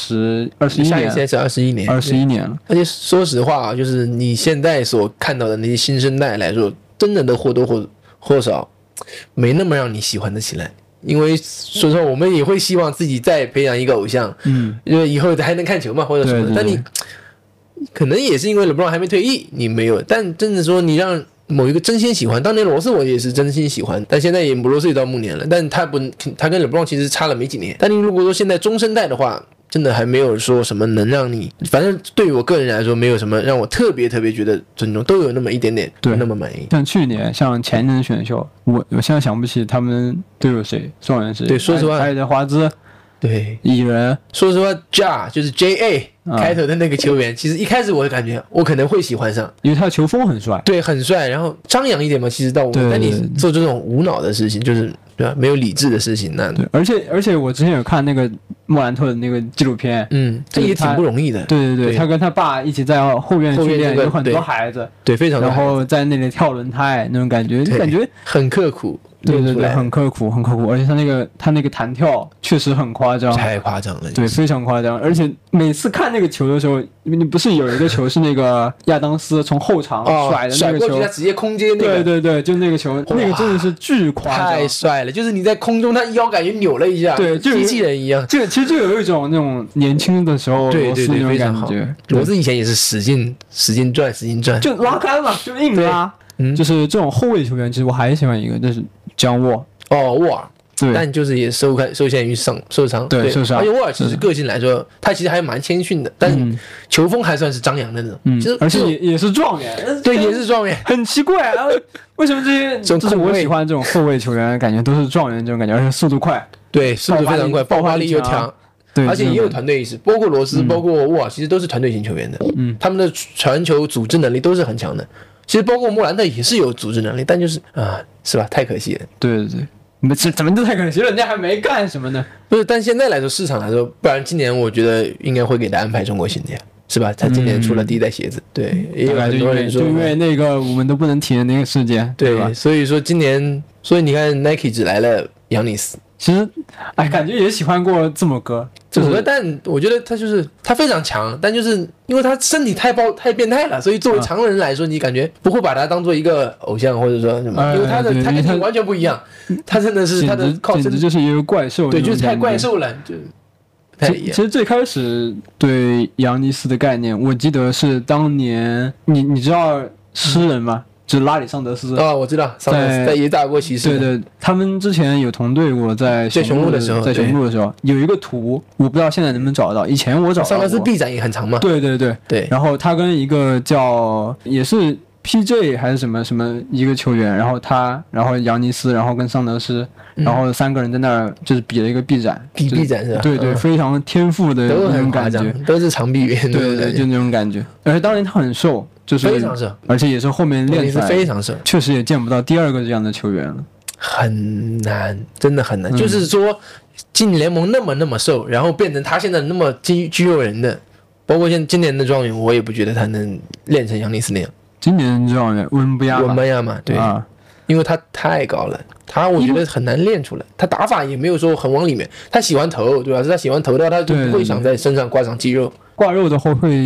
21年，
下一赛是21年了。而且说实话啊，就是你现在所看到的那些新生代来说，真的都或多或少没那么让你喜欢得起来。因为说实话，我们也会希望自己再培养一个偶像，因为以后还能看球嘛，或者什么的。但你可能也是因为 LeBron 还没退役，你没有。但真的说，你让某一个真心喜欢，当年罗斯我也是真心喜欢，但现在也罗斯也到暮年了，但他跟 LeBron 其实差了没几年。但你如果说现在中生代的话，真的还没有说什么能让你，反正对于我个人来说，没有什么让我特别觉得尊重，都有那么一点点不那么满意。
像去年，像前年的选秀，我现在想不起他们都有谁，状元谁？
对，说实话，
爱德华兹。
对，
蚁人，
说实话 ，Ja 就是 JA 开头的那个球员，其实一开始我的感觉我可能会喜欢上，
因为他的球风很帅，
对，很帅，然后张扬一点嘛，其实到我，但你做这种无脑的事情，就是对吧，没有理智的事情，那
对，而且我之前有看那个莫兰特的那个纪录片，
这也挺不容易的，
对，他跟他爸一起在后院训练，有很多孩子，
对，非常多，
然后在那里跳轮胎那种感觉，感觉
很刻苦。
对，很刻苦，而且他那个弹跳确实很夸张，
太夸张了，
对，非常夸张。而且每次看那个球的时候，你不是有一个球是那个亚当斯从后场甩的那个球，
他直接空接那
个，对，就那个球，那个真的是巨夸张，
太帅了。就是你在空中，他腰感觉扭了一下，
对，
机器人一样。
其实就有一种那种年轻的时候罗斯那种感觉。
罗斯以前也是使劲转，
就拉杆嘛，就硬拉。就是这种后卫球员，其实我还喜欢一个，就是姜沃。
沃尔，
对，
但就是也受限于受伤，
对，受伤。
而且沃尔其实个性来说，他其实还蛮谦逊的，但球风还算是张扬的那种，其实
而且也是状元，
对，也是状元，
很奇怪啊，为什么这些就是我喜欢这种后卫球员，感觉都是状元这种感觉，而且速度快，
对，速度非常快，爆发力又强，
对，
而且也有团队意识，包括罗斯，包括沃尔，其实都是团队型球员的，他们的传球组织能力都是很强的。其实包括莫兰特也是有组织能力，但就是是吧？太可惜了。
对，你们怎么都太可惜了，人家还没干什么呢？
不是，但现在来说，市场来说，不然今年我觉得应该会给他安排中国新鞋，是吧？他今年出了第一代鞋子，对，也有很多人说，
就因为那个我们都不能提的那个事件，对吧？
所以说今年，所以你看 Nike 只来了扬尼斯。
其实，感觉也喜欢过字母哥，
但我觉得他非常强，但就是因为他身体太变态了，所以作为常人来说，你感觉不会把他当做一个偶像或者说什么，因为他跟你完全不一样，他真的是他的靠
简直就是一个怪兽，
对，就是太怪兽了，就不太一样。
其实最开始对扬尼斯的概念，我记得是当年你知道诗人吗？就是拉里桑德斯
我知道，桑德斯在也打过骑士。
对，他们之前有同队过，在雄鹿的时候，有一个图，我不知道现在能不能找得到。以前我找到过。桑
德斯臂展也很长嘛。
对。然后他跟一个叫也是 PJ 还是什么一个球员，然后扬尼斯，然后跟桑德斯，然后三个人在那儿就是比了一个臂展，
臂展是吧？
对，非常天赋的那种感觉，
都是长臂猿。
对，就那种感觉。而且当年他很瘦。就是
非常瘦，
而且也是后面练出来，
非常瘦，
确实也见不到第二个这样的球员了，
很难，真的很难。就是说，进联盟那么瘦，然后变成他现在那么肌肉人的，包括今年的状元，我也不觉得他能练成扬尼斯那样。
今年的状元温布亚
嘛，对，因为他太高了，我觉得很难练出来。他打法也没有说很往里面，他喜欢投，对吧？他喜欢投的话，他就不会想在身上挂上肌肉。
挂肉的话会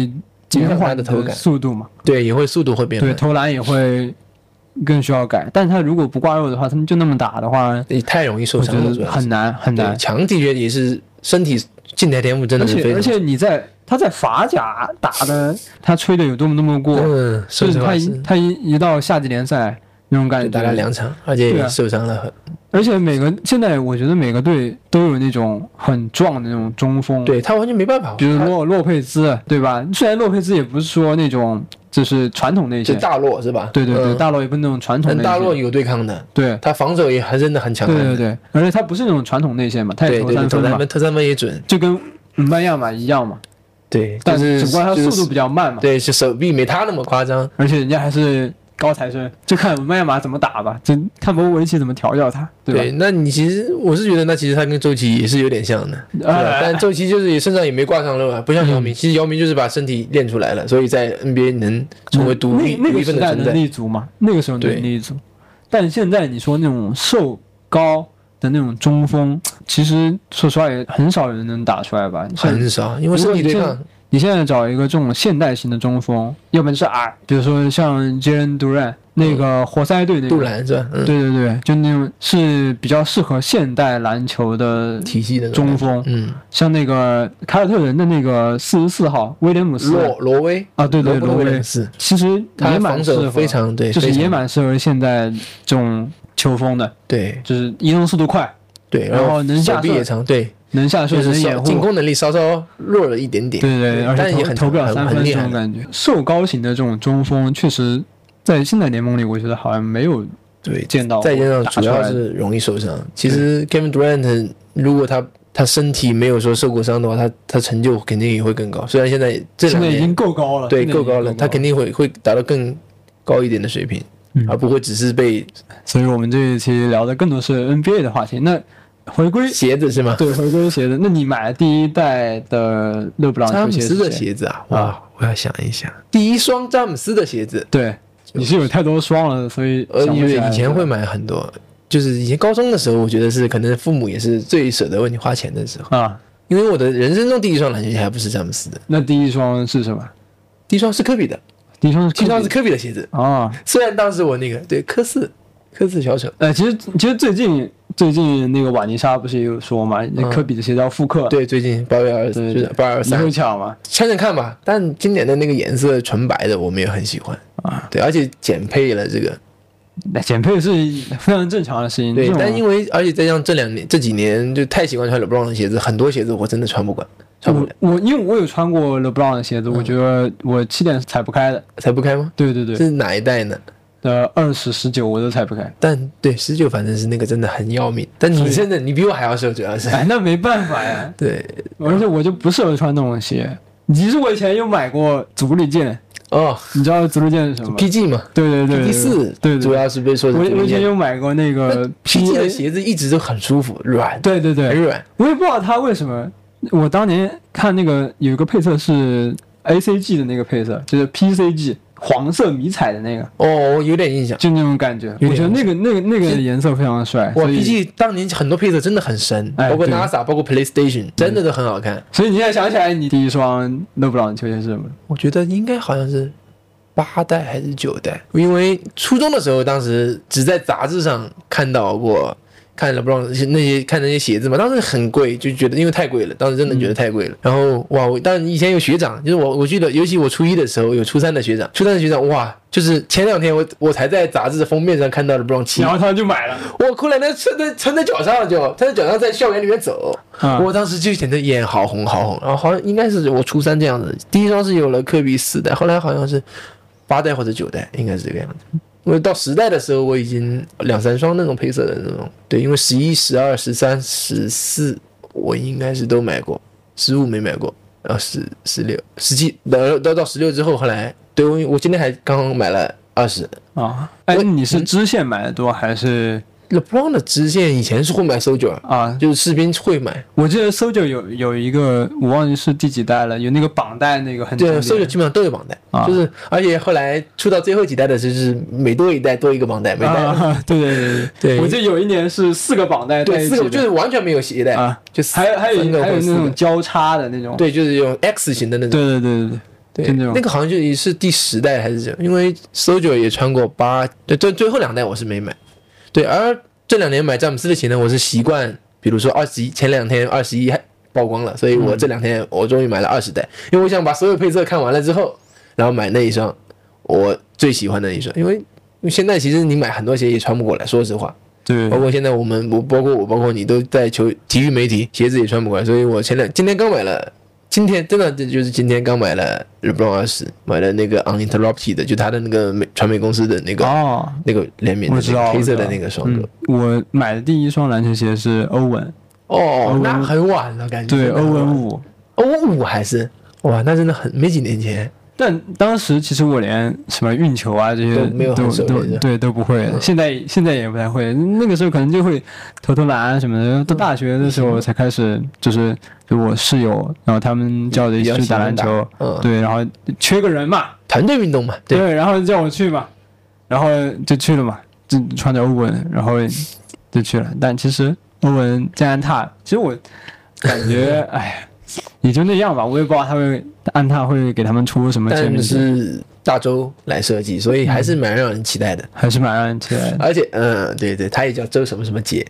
减缓
的头感
速度嘛，
对，也会速度会变慢，
对，投篮也会更需要改。但是他如果不挂肉的话，他们就那么打的话，
也太容易受伤了，主要是
很难很难。
强的确也是身体静态天赋真的是非常，
而且他在法甲打的，他吹的有多么过，
就是
他一到夏季联赛那种感觉，
打了2场，而且也受伤了很。
而且现在我觉得每个队都有那种很壮的那种中锋，
对他完全没办法。
比如洛佩兹，对吧？虽然洛佩兹也不是说那种就是传统内线，
就大洛是吧？
对，大洛也不是那种传统内线，
但大洛有对抗的，
对，
他防守也还真的很强悍。
对，而且他不是那种传统内线嘛，他也投三分
也准，
就跟班亚马一样嘛。
对，
但是只不过他速度比较慢嘛。
对，是手臂没他那么夸张，
而且人家还是高材生，就看班亚马怎么打吧，就看波维奇怎么调教他，对吧？
对，那你其实我是觉得，那其实他跟周琦也是有点像的，但周琦就是身上也没挂上肉啊，不像姚明。其实姚明就是把身体练出来了，所以在 NBA 能成为独立一份的存在。
能力足嘛，那个时候能力足。但现在你说那种瘦高的那种中锋，其实说实话也很少人能打出来吧？
很少，因为身体对抗。
你现在找一个这种现代型的中锋，要不然就是矮，比如说像Jalen Duran那个活塞队那个
杜兰是吧？
对，就那种是比较适合现代篮球的
体系的
中锋。像那个凯尔特人的那个44号威廉姆斯
罗威
啊，对，罗威，其实也蛮适合，
非常对，
就是也蛮适合现在这种球风的。
对，
就是移动速度快，
对，
然后能下
手臂也长，对。
能下射能掩护，
进攻能力稍稍弱了一点点，
对，而且
也很
投不了3分这种感觉。瘦高型的这种中锋，确实在现代联盟里，我觉得好像没有见到。
再加上主要是容易受伤。其实 Kevin Durant 如果他身体没有说受过伤的话，他成就肯定也会更高。虽然现在这2年
已经够高了，
对，够高了，他肯定会达到更高一点的水平，而不会只是被。
所以我们这一期聊的更多是 NBA 的话题。那回归
鞋子是吗？
对，回归鞋子。那你买了第一代的勒布朗
詹姆斯的鞋子啊？哇，我要想一想，第一双詹姆斯的鞋子。
对，你是有太多双了，所以
因为以前会买很多，就是以前高中的时候，我觉得是可能父母也是最舍得为你花钱的时候啊。因为我的人生中第一双篮球鞋还不是詹姆斯的。
那第一双是什么？
第一双是科比的。
第一双
是科比的鞋子啊。虽然当时我那个对科四小丑。
其实最近那个瓦尼莎不是也有说嘛，科比的鞋子要复刻。
对，最近8月24就是823。
你会抢吗？
抢看吧，但今年的那个颜色纯白的我们也很喜欢啊。对，而且减配了这个。
减配是非常正常的事情。
对，但因为而且再加上这几年就太习惯穿 LeBron 的鞋子，很多鞋子我真的穿不惯。
因为我有穿过 LeBron 的鞋子，我觉得我气垫是踩不开的。
踩不开吗？
对。
是哪一代呢
？20、19我都踩不开。
但对19反正是那个真的很要命。但你真的你比我还要瘦，主要是。
那没办法呀。
对，
而且我就不适合穿那种鞋。其实我以前有买过足力健。
哦，
你知道足力健是什么
？PG 嘛。
对。
PG4，对，主要是被说的。
我以前有买过那个
PG 的鞋子，一直都很舒服，软。
对，
很软。
我也不知道它为什么。我当年看那个有一个配色是 ACG 的那个配色，就是 PCG 黄色迷彩的那个。
哦，有点印象，
就那种感觉。我觉得那个颜色非常帅。
哇 ，PG 当年很多配色真的很神，包括 NASA， 包括 PlayStation， 真的都很好看。
所以你现在想起来，你第一双勒布朗的球鞋是什么？
我觉得应该好像是8代还是9代，因为初中的时候，当时只在杂志上看到过。看了不知道那些鞋子嘛，当时很贵，就觉得因为太贵了，当时真的觉得太贵了。然后哇，但以前有学长，就是我记得，尤其我初1的时候有初3的学长，哇，就是前2天我才在杂志的封面上看到了 LeBron 7，
然后他就买了。
我后来那穿在脚上在校园里面走，我当时就显得眼好红，然后好像应该是我初3这样子。第一双是有了科比4代，后来好像是8代或者9代，应该是这个样子。因为到10代的时候，我已经2、3双那种配色的那种，对，因为11、12、13、14，我应该是都买过，15没买过，然后16、17，到16之后，后来对我今天还刚买了20
啊。你是支线买的多还是
？LeBron 的支线以前是会买 Soldier
啊，
就是士兵会买。
我记得 Soldier 有一个，我忘记是第几代了，有那个绑带那个很。
对 ，Soldier 基本上都有绑带，就是而且后来出到最后几代的就是每多一代多一个绑带，每代。
对，我记得有一年是4个绑带，
对，4个就是完全没有鞋带啊，就是
还有那种交叉的那种。
对，就是用 X 型的那种。
对。
对，
就那种
那个好像就是第10代还是什么，因为 Sojo 也穿过8，对，最后2代我是没买，对，而这2年买詹姆斯的鞋呢，我是习惯，比如说21，前2天21还曝光了，所以我这2天我终于买了20代，因为我想把所有配色看完了之后，然后买那一双我最喜欢的一双，因为现在其实你买很多鞋也穿不过来，说实话。
对，
包括现在包括你都在体育媒体，鞋子也穿不过来，所以我今天刚买了，今天真的就是今天刚买了 LeBron 20，买了那个 Uninterrupted 的，就他的那个传媒公司的那个那个联名的那个黑色的那个双格。
我买的第一双篮球鞋是欧文。
那很晚了感觉。
对，欧文5
还是哇，那真的没几年前。
但当时其实我连什么运球啊这些
都没有很熟练，
都不会。现在也不太会，那个时候可能就会投篮什么的。到大学的时候才开始，就是我室友，然后他们叫着一起去打篮球，对，然后缺个人嘛，
团队运动嘛，
对，然后叫我去嘛，然后就去了嘛，就穿着欧文，然后就去了。但其实欧文加安踏，其实我感觉，哎。也就那样吧，我也不知道安踏会给他们出什么签名，
但是大洲来设计，所以还是蛮让人期待的，
还是蛮让人期待的。
而且，对，他也叫周什么什么节，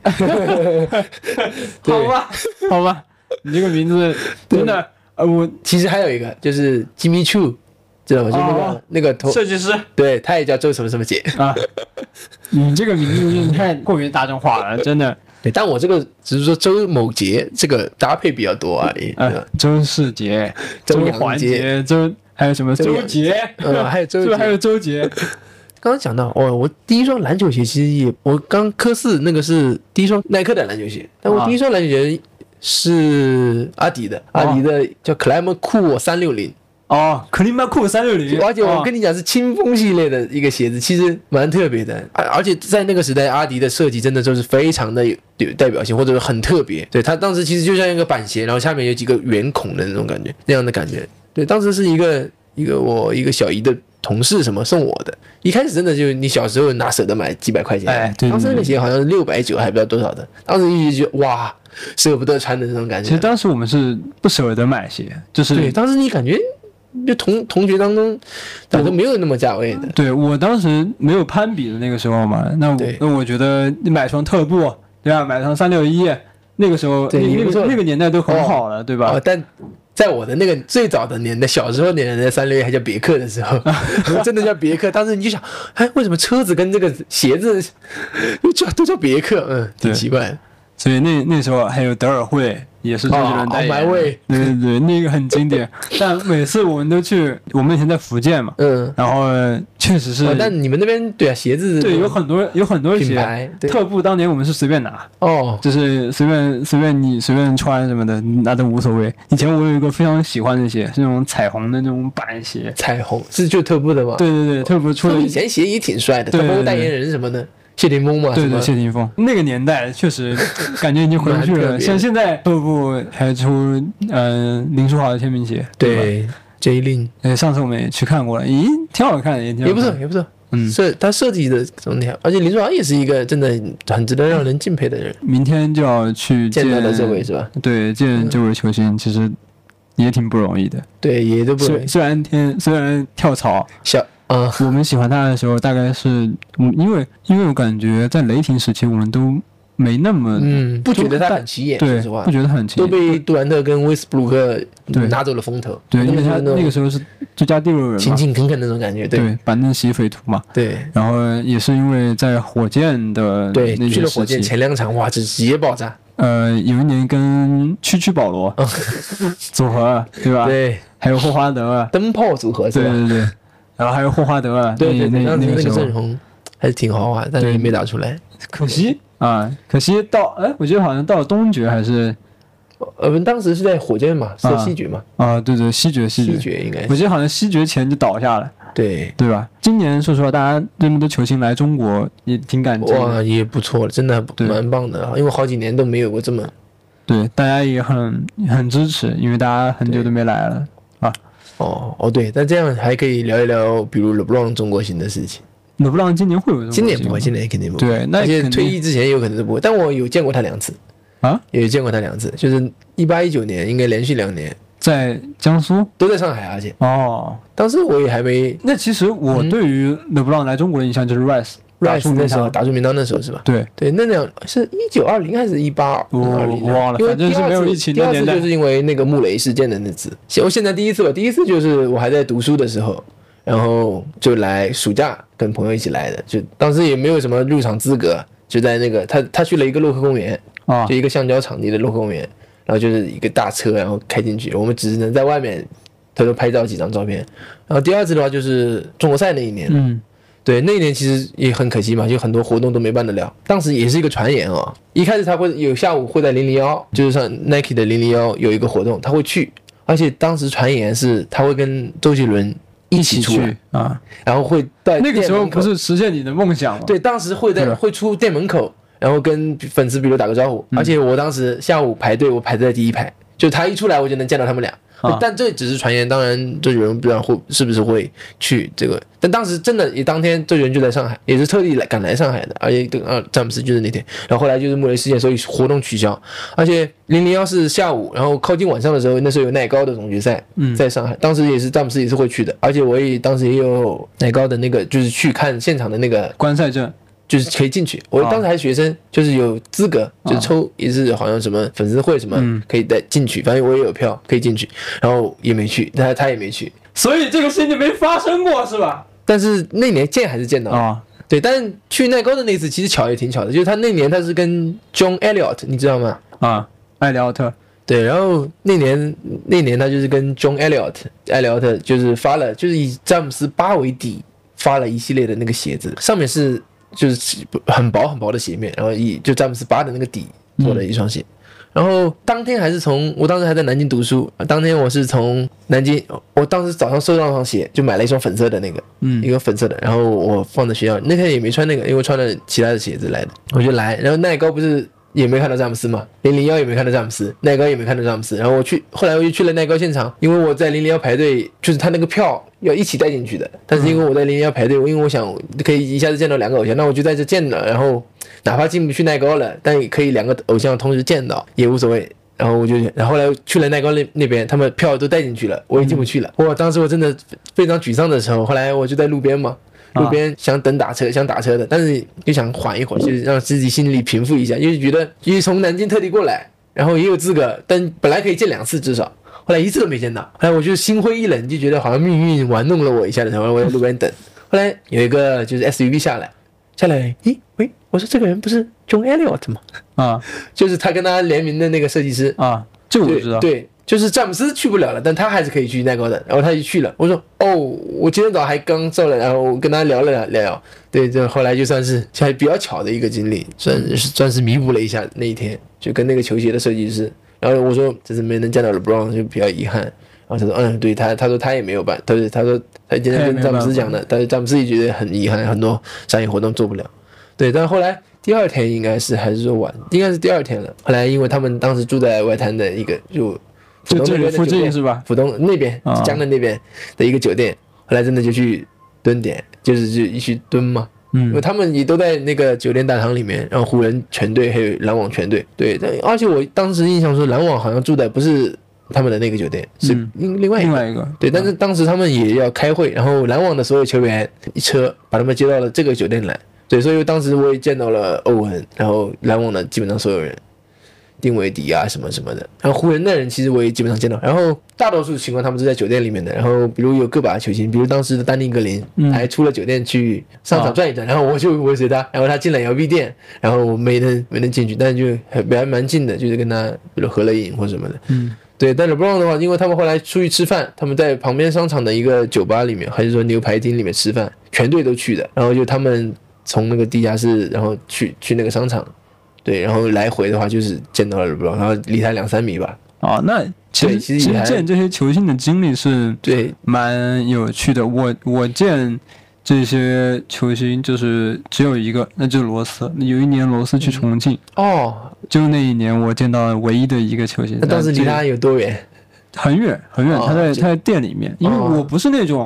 好吧，你这个名字真的，我
其实还有一个就是 Jimmy Choo， 知道吗？就那个
设计师，
对，他也叫周什么什么节啊。
你这个名字真的太过于大众化了，真的。
对，但我这个只是说周某节这个搭配比较多而已。
周世杰、周环节、还有什么周杰？
还有周杰，
还有周杰。
刚刚讲到我第一双篮球鞋其实我刚科4那个是第一双耐克的篮球鞋，但我第一双篮球鞋是阿迪的叫 Climacool 360。
克林曼库360，
而且我跟你讲是清风系列的一个鞋子，其实蛮特别的，而且在那个时代，阿迪的设计真的就是非常的有代表性，或者是很特别。对，它当时其实就像一个板鞋，然后下面有几个圆孔的那种感觉，那样的感觉。对，当时是我一个小姨的同事什么送我的，一开始真的就你小时候哪舍得买几百块钱，
对，
当时那个鞋好像是690还不知道多少的，当时一直觉得哇舍不得穿的那种感觉。
其实当时我们是不舍得买鞋，就是
对，当时你感觉。就同学当中，咋都没有那么价位的。
对，我当时没有攀比的那个时候嘛，那我觉得你买双特步，对吧？买双361，那个时候那个年代都很好了，对吧？
但在我的那个最早的年代，小时候年代361还叫别克的时候，真的叫别克。当时你就想，为什么车子跟这个鞋子都叫别克？挺奇怪的。
所以那时候还有德尔惠，也是周杰伦代言。对，那个很经典。但每次我们以前在福建嘛，然后确实是。
但你们那边对啊，鞋子
对有很多
品牌，
特步当年我们是随便拿，就是随便你随便穿什么的，那都无所谓。以前我有一个非常喜欢的鞋，是那种彩虹的那种板鞋。
彩虹是就特步的吗？
对，特步出了。
以前鞋也挺帅的，包括代言人什么的。谢霆锋嘛，
对，谢霆锋那个年代确实感觉已经回不去了。像现在特步还出林书豪的签名鞋，
对 J Lin，
上次我们也去看过了，挺好看的，也不
错。他设计的总体好，而且林书豪也是一个真的很值得让人敬佩的人。
明天就要去
见到的这位是吧？
对，见这位球星其实也挺不容易的。
对，也都不容易。
虽然跳槽我们喜欢他的时候，大概是因为我感觉在雷霆时期，我们都没那么
不觉得他很起眼，
对，不觉得很起眼，
都被杜兰特跟威斯布鲁克拿走了风头。
对，因为他那个时候是最佳第6人嘛，
勤勤恳恳那种感觉，
对，板凳席匪徒嘛，
对。
然后也是因为在火箭的
去了火箭前2场，哇，直接爆炸。
有一年跟区保罗组合，对吧？
对，
还有霍华德
灯泡组合，是吧？
对。然后还有霍华德
对，那个阵容还是挺豪华，但是也没打出来，
可惜到我记得好像到了东决还是，
我们当时是在火箭嘛，是在西决嘛，
对，西决应该，我记得好像西决前就倒下了，对吧？今年说实话，大家这么多球星来中国也挺感激，
哇，也不错了，真的蛮棒的，因为好几年都没有过这么，
对，大家也很支持，因为大家很久都没来了啊。
对，但这样还可以聊一聊，比如 LeBron 中国行的事情。
LeBron 今年会有？
今年不会，今年肯定不会。
对，
而且退役之前有可能是不会。但我有见过他2次
啊，
有见过他2次，就是18、19年应该连续2年
在江苏
都在上海，而且
哦。
当时我也还没
那其实我对于勒布朗来中国的印象就是 Rice
那时候打出名堂那时候是吧？
对
对，那是1920还是1820？
我忘了，
因为
反正是没有疫情的年代。
第二次就是因为那个穆雷事件的那次。我现在第一次就是我还在读书的时候，然后就来暑假跟朋友一起来的，就当时也没有什么入场资格，就在那个他去了一个洛克公园啊，就一个橡胶场地的洛克公园，然后就是一个大车，然后开进去，我们只能在外面偷偷拍照几张照片。然后第二次的话就是中国赛那一年，对，那一年其实也很可惜嘛，就很多活动都没办得了。当时也是一个传言哦，一开始他会有下午会在001，就是像 Nike 的001有一个活动，他会去，而且当时传言是他会跟周杰伦一起出来
啊，
然后会在
那个时候不是实现你的梦想吗？
对，当时会出店门口，然后跟粉丝比如打个招呼，而且我当时下午排队，我排在第一排，就他一出来我就能见到他们俩。但这只是传言，当然周杰伦不知道是不是会去这个，但当时真的也当天周杰伦就在上海，也是特地赶来上海的，而且詹姆斯就是那天，然后后来就是穆雷事件，所以活动取消，而且001是下午，然后靠近晚上的时候，那时候有耐高的总决赛在上海，当时也是詹姆斯也是会去的，而且我也当时也有耐高的那个就是去看现场的那个
观赛证。
就是可以进去，我当时还是学生，就是有资格，就是抽也是好像什么粉丝会什么可以带进去，反正我也有票可以进去，然后也没去，他也没去，
所以这个事情没发生过是吧？
但是那年见还是见到了对，但是去耐高的那次其实巧也挺巧的，就是他那年他是跟 John Elliott 你知道吗？
艾利奥特。
对，然后那年他就是跟 John Elliott 就是发了，就是以詹姆斯8为底发了一系列的那个鞋子，上面是。就是很薄很薄的鞋面，然后就詹姆斯8的那个底做的一双鞋，然后当天我当时还在南京读书，当天我是从南京，我当时早上收到那双鞋，就买了一双粉色的那个，一个粉色的，然后我放在学校，那天也没穿那个，因为我穿了其他的鞋子来的，我就来，然后耐高不是也没看到詹姆斯嘛，001也没看到詹姆斯，耐高也没看到詹姆斯，然后后来我就去了耐高现场，因为我在001排队，就是他那个票要一起带进去的，但是因为我在001排队，因为我想可以一下子见到2个偶像，那我就在这见了，然后哪怕进不去耐高了，但也可以2个偶像同时见到也无所谓。然后后来去了耐高那边，他们票都带进去了，我也进不去了。当时我真的非常沮丧的时候，后来我就在路边嘛。路边想打车的，但是又想缓一会儿，就是让自己心里平复一下，因为觉得因为从南京特地过来，然后也有资格，但本来可以见2次至少，后来1次都没见到，后来我就心灰意冷，就觉得好像命运玩弄了我一下的时候，我在路边等，后来有一个就是 SUV 下来，喂，我说这个人不是 John Elliott 吗？就是他跟他联名的那个设计师
这我知道，
对。就是詹姆斯去不了了，但他还是可以去耐高的，然后他就去了。我说我今天早上还刚到了，然后跟他聊了聊，对，这后来就算是还比较巧的一个经历，算是弥补了一下那一天，就跟那个球鞋的设计师。然后我说这次没能见到 LeBron 就比较遗憾。然后他说对他说他也没有办，他说他今天跟詹姆斯讲的，但是詹姆斯也觉得很遗憾，很多商业活动做不了。对，但后来第2天应该是还是说晚，应该是第2天了。后来因为他们当时住在外滩的一个
就这里附近是吧？
浦东那边，江南那边的一个酒店，后来真的就去蹲点，就一起蹲嘛。因为他们也都在那个酒店大堂里面，然后湖人全队还有篮网全队，对。而且我当时印象说，篮网好像住的不是他们的那个酒店，是另外一个。对，但是当时他们也要开会，然后篮网的所有球员一车把他们接到了这个酒店来。对，所以当时我也见到了欧文，然后篮网的基本上所有人。丁维迪啊什么什么的，然后湖人的人其实我也基本上见到，然后大多数情况他们是在酒店里面的，然后比如有个把球星，比如当时的丹尼格林还出了酒店去商场转一转，然后我就尾随他，然后他进了 LV 店，然后我没能进去，但是就还蛮近的，就是跟他比如合了影或什么的，对。但 LeBron 的话，因为他们后来出去吃饭，他们在旁边商场的一个酒吧里面，还是说牛排厅里面吃饭，全队都去的，然后就他们从那个地下室，然后去那个商场。对，然后来回的话就是见到了 LeBron， 然后离他2-3米吧。
那其实见这些球星的经历是
对
蛮有趣的。我见这些球星就是只有一个，那就是罗斯。有一年罗斯去重庆，就那一年我见到唯一的一个球星。
那当时离他有多远？
很远很远，他在店里面，因为我不是那种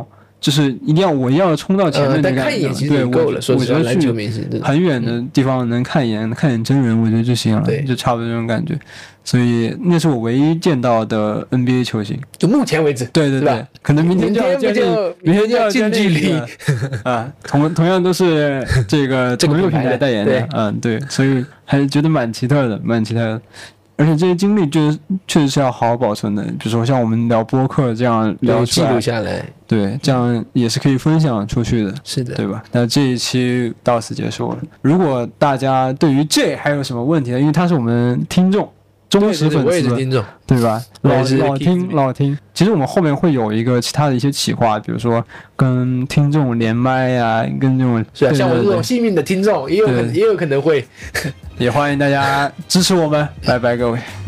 就是一定要我要冲到前面的感觉。
但看一眼其实
对，
也够了。说实话，
我觉得
篮球明星
很远的地方能看一眼，看一眼真人，我觉得就行了，
对，
就差不多这种感觉。所以那是我唯一见到的 NBA 球星，
就目前为止。
对对对，可能明天就要明天就要
近距离
啊，同样都是这个同一个品牌代言的，对，所以还是觉得蛮奇特的，蛮奇特的。而且这些经历就是确实是要好好保存的，比如说像我们聊播客这样聊
记录下来，
对，这样也是可以分享出去的，
是的，
对吧？那这一期到此结束了。如果大家对于这还有什么问题呢？因为他是我们听众。忠实粉丝，
我也是听众，
对吧？老听。其实我们后面会有一个其他的一些企划，比如说跟听众连麦呀，跟这种
是啊，像我这种幸运的听众，也有可能会，
也欢迎大家支持我们，拜拜各位。